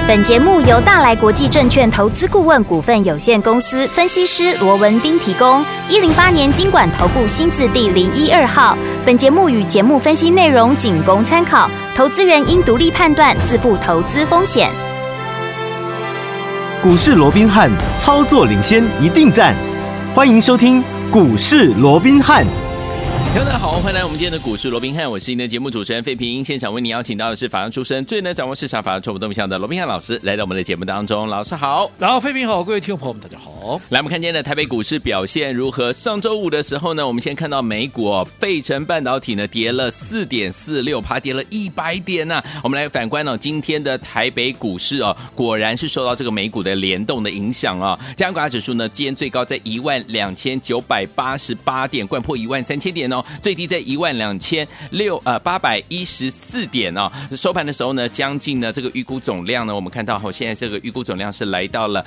本节目由大来国际证券投资顾问股份有限公司分析师罗文彬提供。108年金管投顾新字第012号。本节目与节目分析内容仅供参考，投资人应独立判断，自负投资风险。 股市罗宾汉，操作领先一定赞。欢迎收听股市罗宾汉。 大家好，欢迎来我们今天的股市罗宾汉，我是您的节目主持人费平。现场为您邀请到的是法律出身、最能掌握市场法律错误动向的罗宾汉老师，来到我们的节目当中。老师好。 然后费平好，各位听众朋友们大家好。 来，我们看今天的台北股市表现如何？上周五的时候呢，我们先看到美股费城半导体呢跌了 4.46%， 跌了100点啊。我们来反观今天的台北股市果然是受到这个美股的联动的影响啊。加权指数呢，今天最高在12988点，冠破13000点哦。最低在12814点哦，收盘的时候呢，将近呢这个预估总量呢，我们看到现在这个预估总量是来到了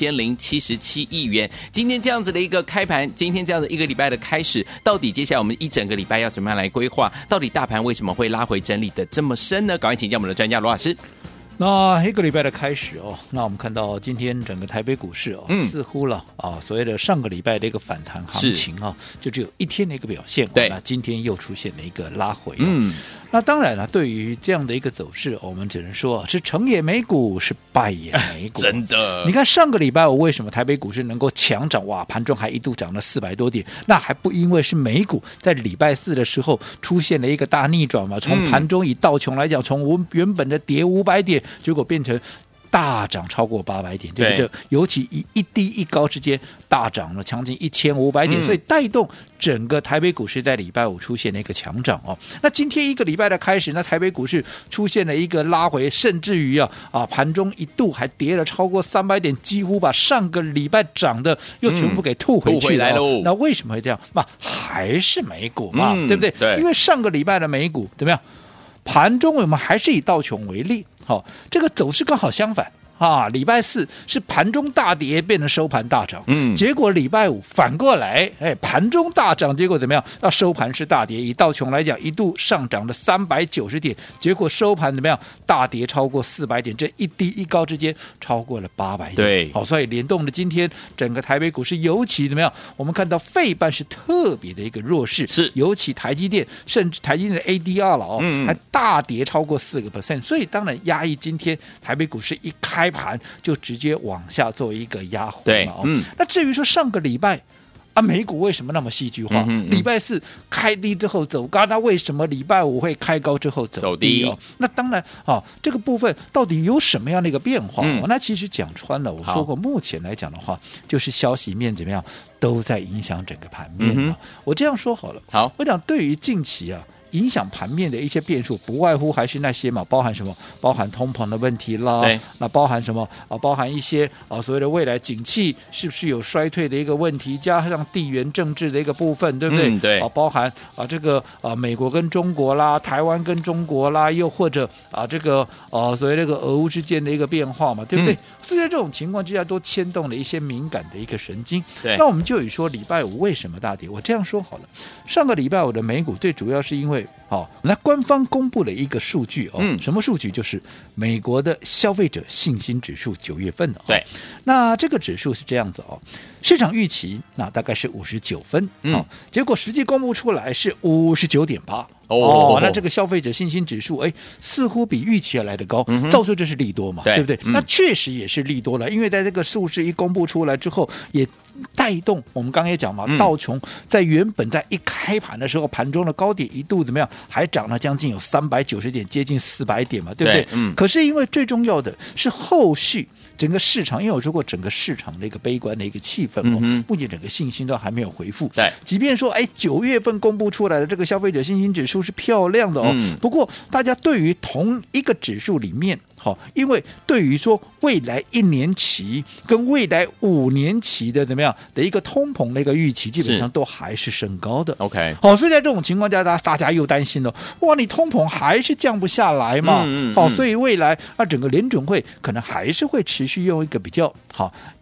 2077亿元。今天这样子的一个开盘，今天这样的一个礼拜的开始，到底接下来我们一整个礼拜要怎么样来规划？到底大盘为什么会拉回整理的这么深呢？赶快请教我们的专家罗老师。 那一个礼拜的开始那我们看到今天整个台北股市似乎了所谓的上个礼拜的一个反弹行情就只有一天的一个表现， 对， 那今天又出现了一个拉回那当然了，对于这样的一个走势，我们只能说是成也美股，是败也美股。 真的， 你看上个礼拜为什么台北股市能够强涨？哇，盘中还一度涨了400多点，那还不因为是美股在礼拜四的时候出现了一个大逆转嘛？从盘中以道琼来讲，从原本的跌500点，结果变成大涨超过800点，对不对？尤其以一低一高之间大涨了将近1500点，所以带动整个台北股市在礼拜五出现了一个强涨那今天一个礼拜的开始，那台北股市出现了一个拉回，甚至于盘中一度还跌了超过300点，几乎把上个礼拜涨的又全部给吐回去了那为什么会这样？那还是美股嘛，对不对？ 对， 因为上个礼拜的美股怎么样？盘中我们还是以道琼为例。这个走势刚好相反礼拜四是盘中大跌变成收盘大涨，结果礼拜五反过来，盘中大涨，结果怎么样？到收盘是大跌。以道琼来讲，一度上涨了390点，结果收盘怎么样？大跌超过400点，这一低一高之间超过了800点。 对， 所以联动的今天整个台北股市，尤其怎么样？我们看到费半是特别的一个弱势， 是尤其台积电，甚至台积电的 ADR 了还大跌超过4%，所以当然压抑今天台北股市一开盘就直接往下做一个压回嘛那至于说上个礼拜美股为什么那么戏剧化？礼拜四开低之后走高，那为什么礼拜五会开高之后走低那当然这个部分到底有什么样的一个变化那其实讲穿了，我说过目前来讲的话，就是消息面怎么样都在影响整个盘面我这样说好了，我讲对于近期影响盘面的一些变数，不外乎还是那些嘛，包含什么？包含通膨的问题啦，那包含什么包含一些所谓的未来景气是不是有衰退的一个问题，加上地缘政治的一个部分，对不对？ 对包含这个美国跟中国啦，台湾跟中国啦，又或者这个所谓这个俄乌之间的一个变化嘛，对不对？所以在这种情况之下，都牵动了一些敏感的一个神经。那我们就以说礼拜五为什么大跌？我这样说好了，上个礼拜五的美股最主要是因为那官方公布了一个数据什么数据？就是美国的消费者信心指数9月份对， 那这个指数是这样子市场预期那大概是59分结果实际公布出来是59.8。那这个消费者信心指数似乎比预期来的高，照说这是利多嘛，对不对？那确实也是利多了，因为在这个数字一公布出来之后，也带动我们刚才也讲嘛，道琼在原本在一开盘的时候，盘中的高点一度怎么样，还涨了将近有390点，接近400点嘛，对不对？可是因为最重要的是后续整个市场，因为我说过整个市场的一个悲观的一个气氛目前整个信心都还没有恢复。 对， 即便说9月份公布出来的这个消费者信心指数是漂亮的不过大家对于同一个指数里面因为对于说未来1年期跟未来5年期的怎么样的一个通膨的一个预期，基本上都还是升高的。 OK， 所以在这种情况下，大家又担心了，哇，你通膨还是降不下来嘛？所以未来整个联准会可能还是会持续用一个比较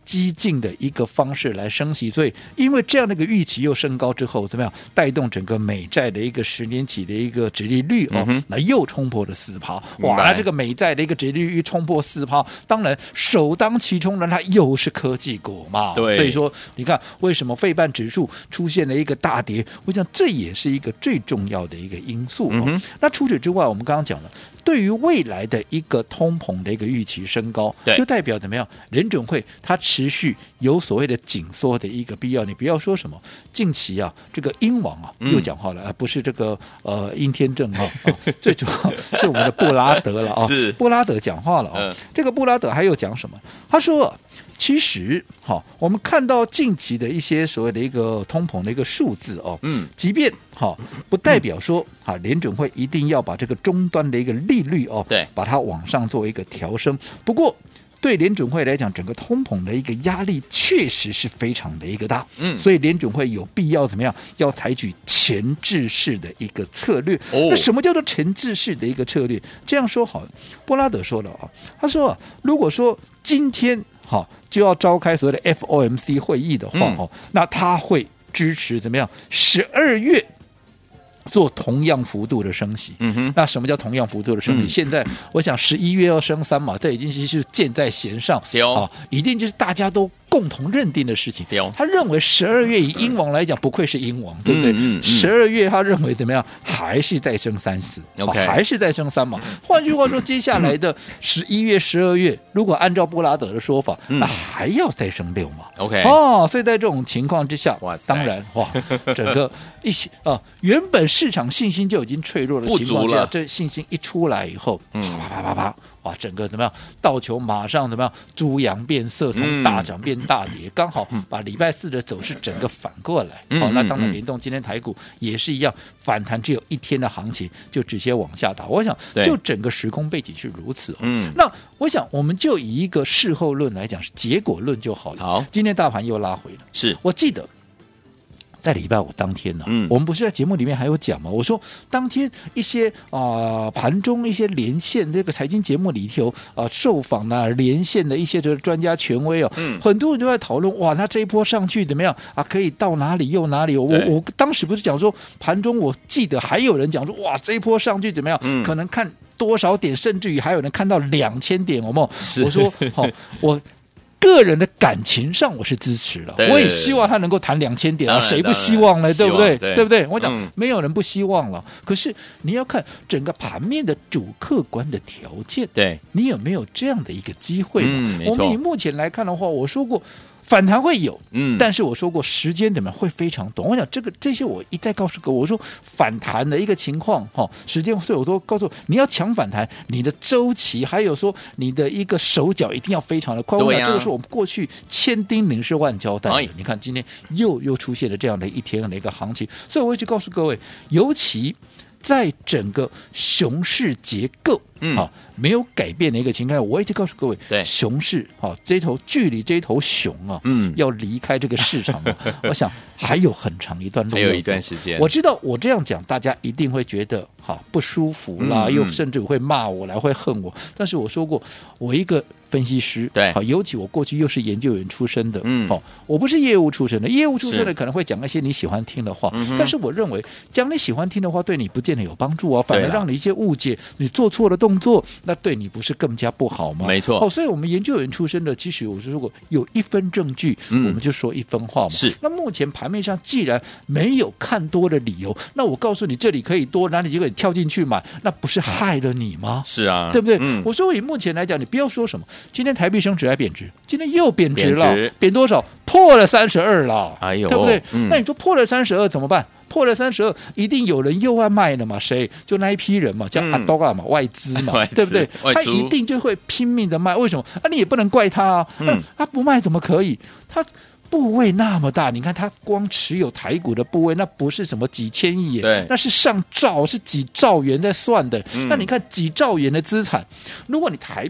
激进的一个方式来升息，所以因为这样的一个预期又升高之后，怎么样带动整个美债的一个10年期的一个殖利率那又冲破了4%，哇，那这个美债的一个殖利率一冲破4%，当然首当其冲的它又是科技股嘛， 对， 所以说你看为什么费半指数出现了一个大跌，我想这也是一个最重要的一个因素那除此之外，我们刚刚讲了，对于未来的一个通膨的一个预期升高，就代表怎么样？联准会它持续有所谓的紧缩的一个必要。你不要说什么近期啊，这个英王啊又讲话了，不是这个殷天正最主要是我们的布拉德了是布拉德讲话了这个布拉德还有讲什么？他说其实我们看到近期的一些所谓的一个通膨的一个数字即便不代表说联准会一定要把这个终端的一个利率对， 把它往上做一个调升。不过对联准会来讲，整个通膨的一个压力确实是非常的一个大，所以联准会有必要怎么样？要采取前置式的一个策略。那什么叫做前置式的一个策略？这样说好了，布拉德说了他说如果说今天就要召开所谓的 FOMC 会议的话那他会支持怎么样？12月做同样幅度的升息。那什么叫同样幅度的升息？现在我想11月要升3嘛，这已经是箭在弦上一定就是大家都共同认定的事情。他认为12月以英王来讲，不愧是英王，对不对？12月他认为怎么样？还是再升3-4，还是再升3嘛。换句话说，接下来的11月、12月，如果按照布拉德的说法，那还要再升6嘛。所以在这种情况之下，当然整个原本市场信心就已经脆弱的情况下，这信心一出来以后，啪，哇，整个怎么样？道琼马上怎么样？猪羊变色，从大涨变大跌，刚好把礼拜四的走势整个反过来。那当然联动今天台股也是一样，反弹只有1天的行情就直接往下打。我想就整个时空背景是如此。那我想我们就以一个事后论来讲，是结果论就好了。 好， 今天大盘又拉回了。是我记得在礼拜五当天呢，我们不是在节目里面还有讲吗？我说当天一些盘中一些连线这个财经节目里头受访连线的一些的专家权威很多人都在讨论哇，那这一波上去怎么样可以到哪里又哪里？我当时不是讲说盘中，我记得还有人讲说哇，这一波上去怎么样？可能看多少点，甚至于还有人看到2000点，有没有？我说我个人的感情上我是支持了，我也希望他能够谈2000点谁不希望呢？对不对？对不对？我讲没有人不希望了，可是你要看整个盘面的主客观的条件，对你有没有这样的一个机会我们以目前来看的话，我说过反弹会有，但是我说过时间怎么会非常短。我想这些我一再告诉各位，我说反弹的一个情况时间，所以我都告诉你要抢反弹，你的周期还有说你的一个手脚一定要非常的快。这个是我们过去千叮咛是万交代的。你看今天又出现了这样的一天的一个行情，所以我一直告诉各位，尤其在整个熊市结构没有改变的一个情况，我一直告诉各位，熊市这头距离这头熊要离开这个市场我想还有很长一段路，还有一段时间。我知道我这样讲大家一定会觉得不舒服啦，又甚至会骂我来，会恨我。但是我说过，我一个分析师，尤其我过去又是研究员出身的，我不是业务出身的，业务出身的可能会讲一些你喜欢听的话，但是我认为讲你喜欢听的话对你不见得有帮助反而让你一些误解，你做错了动作，那对你不是更加不好吗？没错。所以我们研究员出身的，其实我说过有1分证据，我们就说1分话嘛。是。那目前盘面上既然没有看多的理由，那我告诉你这里可以多，哪里结果你跳进去买，那不是害了你吗？是啊，对不对？我说以目前来讲，你不要说什么今天台币升值还贬值，今天又贬值了，贬多少？破了32了，对不对？那你说破了32怎么办？破了32，一定有人又要卖了嘛？谁？就那一批人嘛，叫阿多嘎嘛，外资嘛，对不对？他一定就会拼命的卖。为什么？你也不能怪他他不卖怎么可以？他部位那么大，你看他光持有台股的部位，那不是什么几千亿耶，那是上兆，是几兆元在算的。那你看几兆元的资产，如果你台币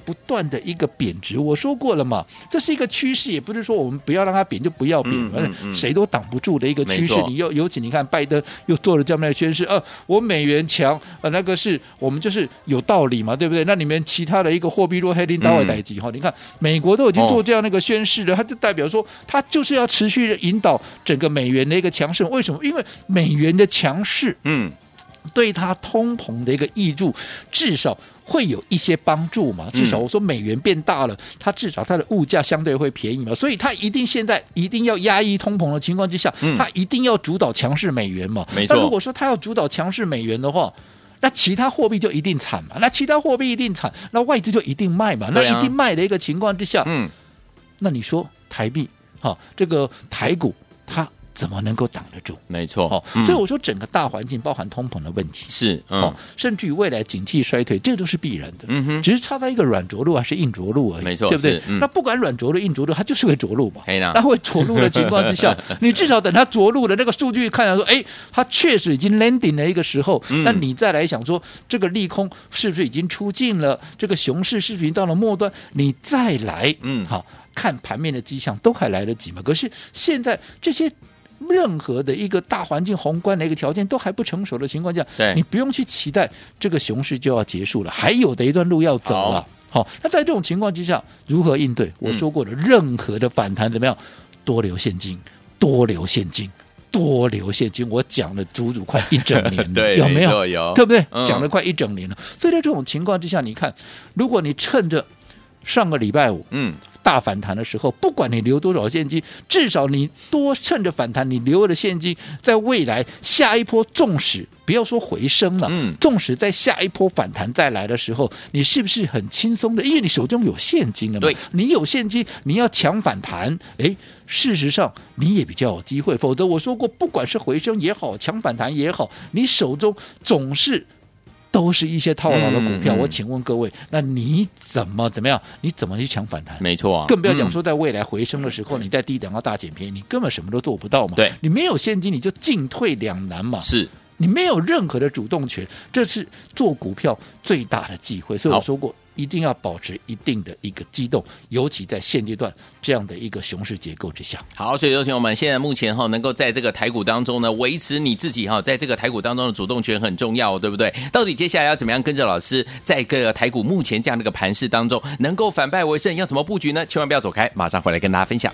不断的一个贬值。我说过了嘛，这是一个趋势，也不是说我们不要让它贬就不要贬，谁都挡不住的一个趋势。你尤其你看拜登又做了这样的宣示，我美元强，那个是我们就是有道理嘛，对不对？那你们其他的一个货币若黑林刀的代级你看美国都已经做这样的一个宣示了，它就代表说它就是要持续的引导整个美元的一个强势。为什么？因为美元的强势，对它通膨的一个挹注，至少会有一些帮助嘛。至少我说美元变大了，它至少它的物价相对会便宜嘛。所以它现在一定要压抑通膨的情况之下，它一定要主导强势美元嘛。 没错。 那如果说它要主导强势美元的话，那其他货币就一定惨嘛。那其他货币一定惨，那外资就一定卖嘛。那一定卖的一个情况之下，那你说台币这个台股它怎么能够挡得住？ 没错， 所以我说整个大环境包含通膨的问题是， 甚至于未来景气衰退，这都是必然的。只是差在一个软着陆还是硬着陆而已， 没错， 对不对？那不管软着陆硬着陆，它就是会着陆嘛。那会着陆的情况之下，你至少等它着陆的那个数据看到说，它确实已经 landing 的一个时候，那你再来想说，这个利空是不是已经出尽了？这个熊市是不是已经到了末端？你再来，看盘面的迹象都还来得及嘛。可是现在这些任何的一个大环境宏观的一个条件都还不成熟的情况下，你不用去期待这个熊市就要结束了，还有的一段路要走了。好，那在这种情况之下如何应对？我说过的，任何的反弹怎么样？多留现金，多留现金，多留现金。我讲了足足快一整年了， 对， 有没有？ 有， 对不对？讲了快一整年了。所以在这种情况之下，你看，如果你趁着上个礼拜五，大反弹的时候，不管你留多少现金，至少你多趁着反弹，你留的现金，在未来下一波纵使不要说回升了，纵使在下一波反弹再来的时候，你是不是很轻松的？因为你手中有现金了嘛， 对， 你有现金，你要抢反弹，事实上你也比较有机会。否则我说过，不管是回升也好，抢反弹也好，你手中总是都是一些套牢的股票。我请问各位，那你怎么样？你怎么去抢反弹？ 没错， 更不要讲说在未来回升的时候，你在低档要大捡便宜，你根本什么都做不到嘛。 对， 你没有现金，你就进退两难嘛。 是， 你没有任何的主动权，这是做股票最大的忌讳。所以我说过，一定要保持一定的一个机动，尤其在现阶段这样的一个熊市结构之下。 好，所以有听我们现在目前能够在这个台股当中呢，维持你自己在这个台股当中的主动权很重要，对不对？到底接下来要怎么样跟着老师，在这个台股目前这样的一个盘势当中，能够反败为胜，要怎么布局呢？千万不要走开，马上回来跟大家分享。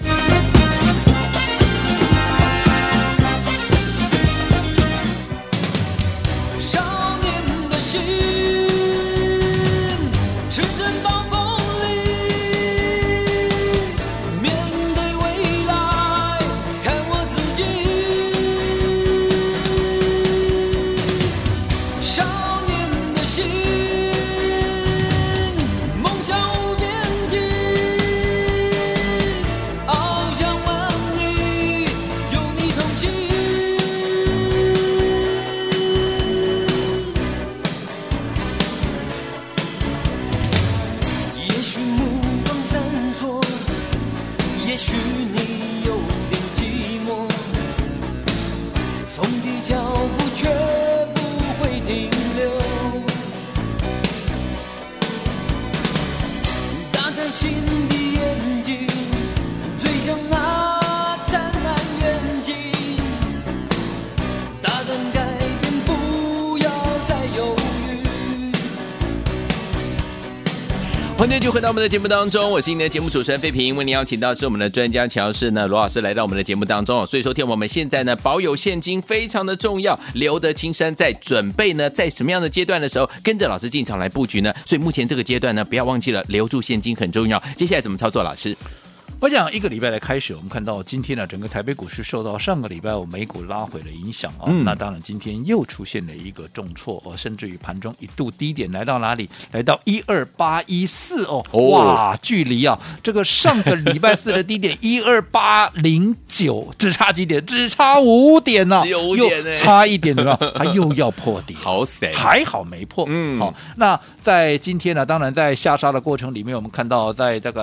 欢迎继续回到我们的节目当中，我是你的节目主持人费平，为您邀请到是我们的专家乔氏呢罗老师来到我们的节目当中，所以说听我们现在呢保有现金非常的重要，留得青山在，准备呢在什么样的阶段的时候跟着老师进场来布局呢？所以目前这个阶段呢，不要忘记了留住现金很重要。接下来怎么操作？老师？ 我讲一个礼拜的开始，我们看到今天呢，整个台北股市受到上个礼拜我美股拉回的影响那当然今天又出现了一个重挫甚至于盘中一度低点来到哪里？来到12814哇，距离这个上个礼拜四的低点12809只差几点？只差5点只有5点差一点它又要破底， 好险， 还好没破。好，那在今天呢，当然在下杀的过程里面，我们看到在大概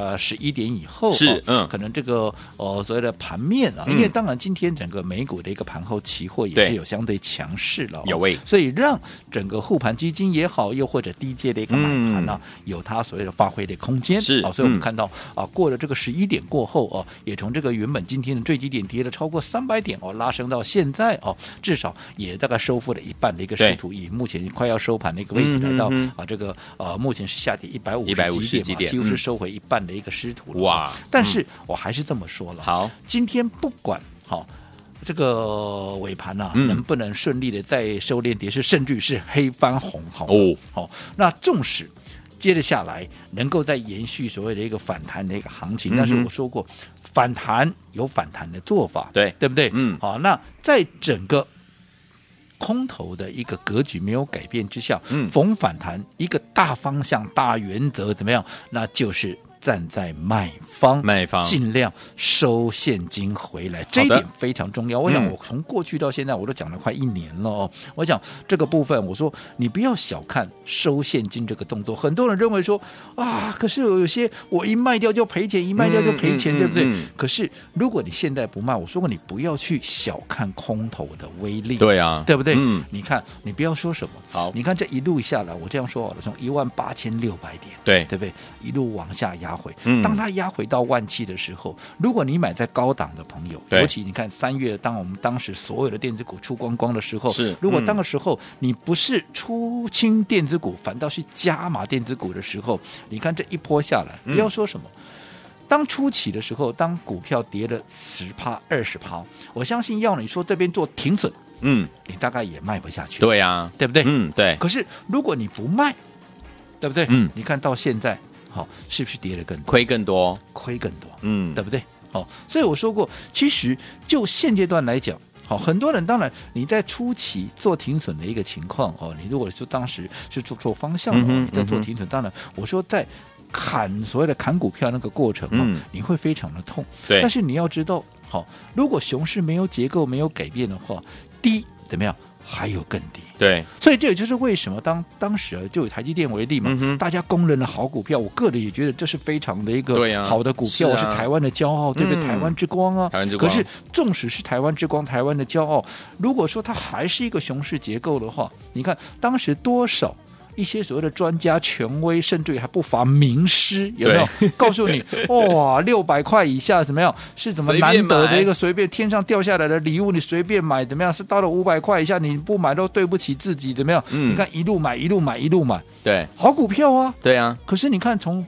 11点以后是可能这个所谓的盘面啊，因为当然今天整个美股的一个盘后期货也是有相对强势了， 有味， 所以让整个护盘基金也好，又或者低阶的一个买盘呢，有它所谓的发挥的空间。 是所以我们看到过了这个11点过后也从这个原本今天的最低点跌了超过300点拉升到现在至少也大概收复了一半的一个势图，以目前快要收盘的一个位置来到这个目前是下跌150几点，几乎是收回一半的一个势图了。哇！但是我还是这么说了， 好， 今天不管这个尾盘能不能顺利的再收敛跌势，甚至是黑翻红那纵使接着下来能够再延续所谓的一个反弹的一个行情，但是我说过，反弹有反弹的做法，对不对？好，那在整个空头的一个格局没有改变之下，逢反弹一个大方向、大原则怎么样？那就是站在卖方尽量收现金回来，这一点非常重要。我想我从过去到现在我都讲了快1年了我想这个部分我说你不要小看收现金这个动作。很多人认为说可是有些我一卖掉就赔钱，一卖掉就赔钱，对不对？可是如果你现在不卖，我说过你不要去小看空头的威力，对啊，对不对？你看你不要说什么，好，你看这一路下来，我这样说好了，从18600点，对不对？一路往下压回，当它压回到17000的时候，如果你买在高档的朋友，尤其你看3月当我们当时所有的电子股出光光的时候，如果当个时候你不是出清电子股，反倒是加码电子股的时候，你看这一波下来，不要说什么当初期的时候，当股票跌了10%、20%，我相信要你说这边做停损，你大概也卖不下去，对啊，对不对？对。可是如果你不卖，对不对？你看到现在是不是跌了更多？亏更多，对不对？所以我说过，其实就现阶段来讲，很多人当然你在初期做停损的一个情况你如果说当时是做错方向你在做停损，当然我说在所谓的砍股票那个过程你会非常的痛，对。但是你要知道，如果熊市没有结构没有改变的话，低怎么样？还有更低，对，所以这也就是为什么当时就以台积电为例嘛，大家公认的好股票，我个人也觉得这是非常的一个好的股票，是台湾的骄傲，对不对？台湾之光啊，可是纵使是台湾之光、台湾的骄傲，如果说它还是一个熊市结构的话，你看当时多少一些所谓的专家权威，甚至于还不乏名师，有没有告诉你哇，600块以下怎么样是怎么难得的一个随便天上掉下来的礼物，你随便买怎么样？是到了500块以下你不买都对不起自己，怎么样？你看一路买，对，好股票啊，对啊。可是你看从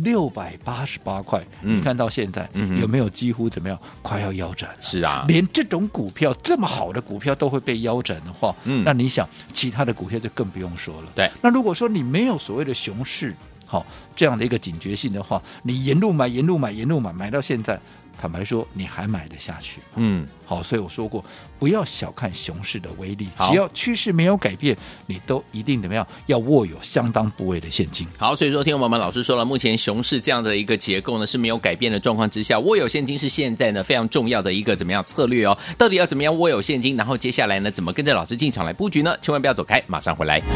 688块你看到现在有没有几乎怎么样快要腰斩？是啊，连这种股票这么好的股票都会被腰斩的话，那你想其他的股票就更不用说了。对，那如果说你没有所谓的熊市这样的一个警觉性的话，你沿路买买到现在，坦白说你还买得下去吗？好，所以我说过不要小看熊市的威力，只要趋势没有改变，你都一定怎么样要握有相当部位的现金。 好，所以说听我们老师说了，目前熊市这样的一个结构呢是没有改变的状况之下，握有现金是现在呢非常重要的一个怎么样策略到底要怎么样握有现金，然后接下来呢怎么跟着老师进场来布局呢？千万不要走开，马上回来。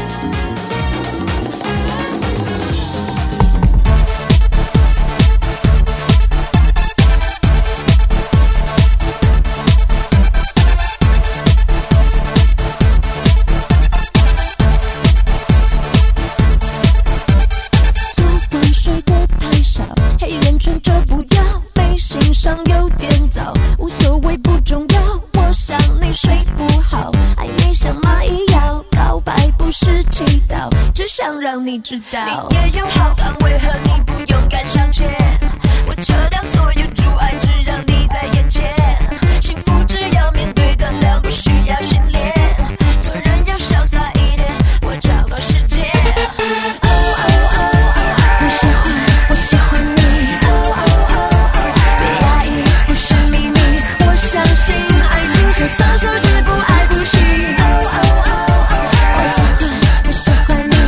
让你知道你也有好感，为何你不勇敢向前？我撤掉所有阻碍，只让你在眼前。幸福只要面对胆量，不需要训练。做人要潇洒一点，我找到世界。我喜欢你。别压抑，不是秘密。我相信爱情是撒手，只不爱不弃。我喜欢你。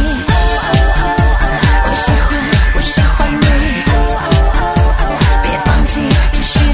我喜欢你，别放弃，继续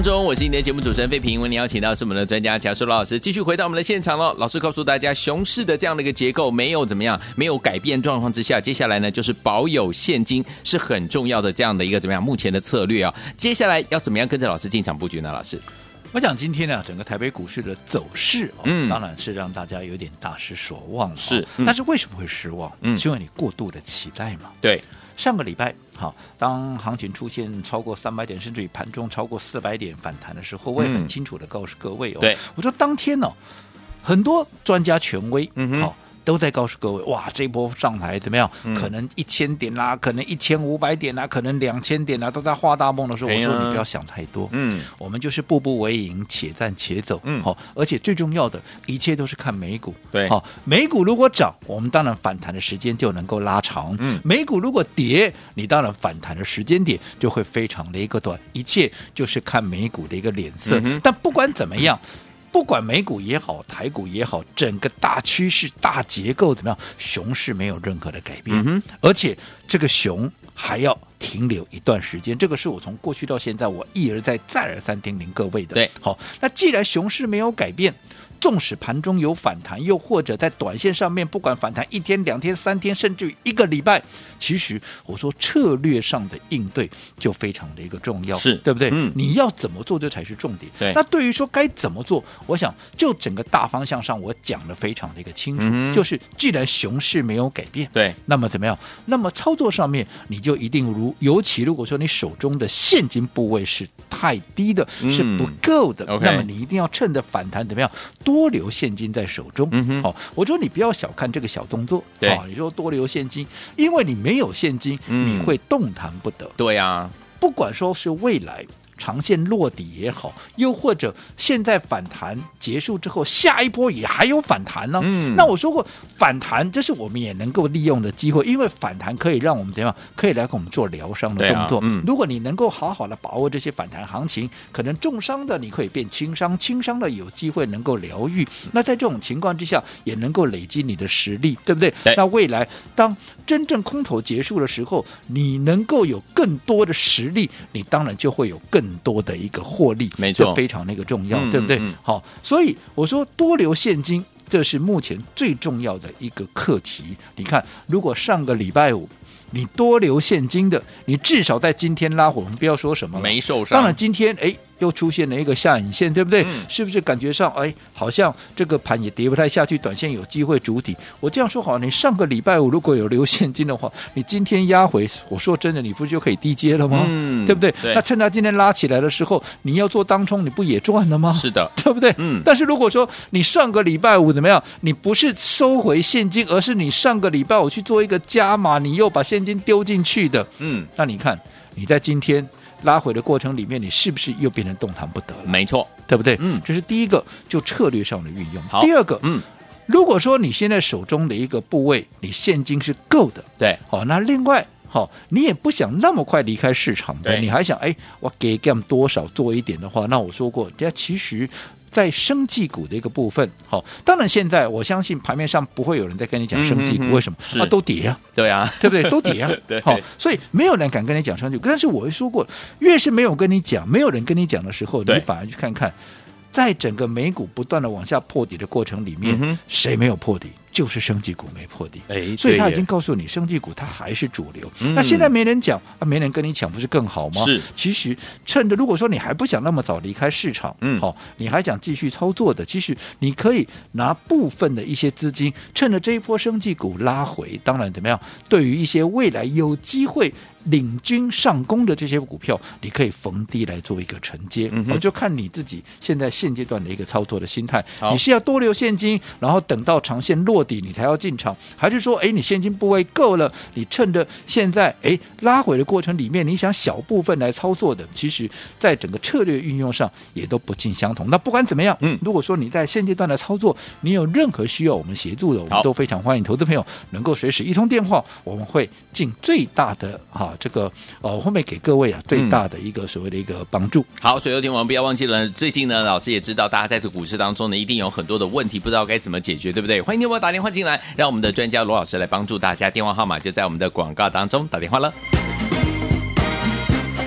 当中，我是你的节目主持人费平，为您邀请到是我们的专家乔树老师，继续回到我们的现场了。老师告诉大家，熊市的这样的一个结构没有怎么样，没有改变状况之下，接下来呢就是保有现金是很重要的这样的一个怎么样目前的策略啊。接下来要怎么样跟着老师进场布局呢？老师？ 我讲今天呢，整个台北股市的走势，当然是让大家有点大失所望了。 是， 但是为什么会失望？是因为你过度的期待嘛。 对， 上个礼拜，好，当行情出现超过300点，甚至于盘中超过400点反弹的时候，我也很清楚的告诉各位对， 我说当天呢，很多专家权威，好。都在告诉各位，哇，这一波上台怎么样？可能1000点啦，可能1500点啦，可能2000点啦，都在画大梦的时候，我说你不要想太多，我们就是步步为营，且战且走，好，而且最重要的，一切都是看美股， 对， 好，美股如果涨，我们当然反弹的时间就能够拉长，美股如果跌，你当然反弹的时间点就会非常的一个短，一切就是看美股的一个脸色，但不管怎么样。不管美股也好，台股也好，整个大趋势、大结构怎么样，熊市没有任何的改变，而且这个熊还要停留一段时间，这个是我从过去到现在我一而再、再而三叮咛各位的。 对， 好，那既然熊市没有改变，纵使盘中有反弹，又或者在短线上面，不管反弹1天、2天、3天，甚至于1个礼拜，其实我说策略上的应对就非常的一个重要， 是对不对？你要怎么做，这才是重点。 对， 那对于说该怎么做，我想就整个大方向上，我讲得非常的一个清楚，就是既然熊市没有改变， 对， 那么怎么样？那么操作上面你就一定尤其如果说你手中的现金部位是太低的，是不够的，那么你一定要趁着反弹怎么样？多留现金在手中，好，我说你不要小看这个小动作， 对， 你说多留现金，因为你没有现金，你会动弹不得， 对啊， 不管说是未来长线落底也好，又或者现在反弹结束之后，下一波也还有反弹呢。那我说过，反弹这是我们也能够利用的机会，因为反弹可以让我们怎样，可以来给我们做疗伤的动作。如果你能够好好的把握这些反弹行情，可能重伤的你可以变轻伤，轻伤的有机会能够疗愈。那在这种情况之下，也能够累积你的实力，对不对？那未来当真正空头结束的时候，你能够有更多的实力，你当然就会有更多的一个获利， 没错， 这非常的一个重要，对不对？好，所以我说多留现金，这是目前最重要的一个课题。你看，如果上个礼拜五你多留现金的，你至少在今天拉回，我们不要说什么了， 没受伤。 当然今天又出现了一个下影线，对不对？是不是感觉上好像这个盘也跌不太下去，短线有机会筑底？我这样说好，你上个礼拜五如果有留现金的话，你今天压回，我说真的，你不就可以低接了吗？对不对？那趁它今天拉起来的时候，你要做当冲，你不也赚了吗？ 是的， 对不对？但是如果说你上个礼拜五怎么样，你不是收回现金，而是你上个礼拜五去做一个加码，你又把现金丢进去的，那你看你在今天拉回的过程里面，你是不是又变成动弹不得了？ 没错， 对不对？这是第一个，就策略上的运用。第二个，如果说你现在手中的一个部位，你现金是够的， 对， 那另外，你也不想那么快离开市场的，你还想，我给多少做一点的话，那我说过，其实。在生技股的一个部分，当然现在我相信盘面上不会有人在跟你讲生技股，为什么？都跌啊， 对啊， 对不对？都跌啊， 对， 所以没有人敢跟你讲生技股。但是我会说过，越是没有跟你讲，没有人跟你讲的时候，你反而去看看，在整个美股不断的往下破底的过程里面，谁没有破底？就是生技股没破底，所以他已经告诉你，生技股它还是主流。那现在没人讲没人跟你讲，不是更好吗？ 是， 其实趁着如果说你还不想那么早离开市场，你还想继续操作的，其实你可以拿部分的一些资金，趁着这一波生技股拉回，当然怎么样，对于一些未来有机会领军上攻的这些股票，你可以逢低来做一个承接。我就看你自己现在现阶段的一个操作的心态，你是要多留现金，然后等到长线落底你才要进场，还是说你现金部位够了，你趁着现在拉回的过程里面，你想小部分来操作的，其实在整个策略运用上也都不尽相同。那不管怎么样，如果说你在现阶段的操作，你有任何需要我们协助的，我们都非常欢迎投资朋友能够随时一通电话，我们会尽最大的这个我后面给各位最大的一个所谓的一个帮助。 好，所以有听我们不要忘记了，最近呢，老师也知道大家在这个股市当中呢，一定有很多的问题，不知道该怎么解决，对不对？欢迎听我打电话进来，让我们的专家罗老师来帮助大家。电话号码就在我们的广告当中，打电话了。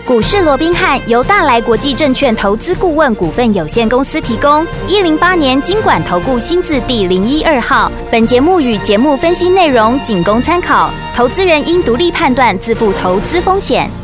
股市罗宾汉由大来国际证券投资顾问股份有限公司提供，108年金管投顾新字第012号。本节目与节目分析内容仅供参考，投资人应独立判断，自负投资风险。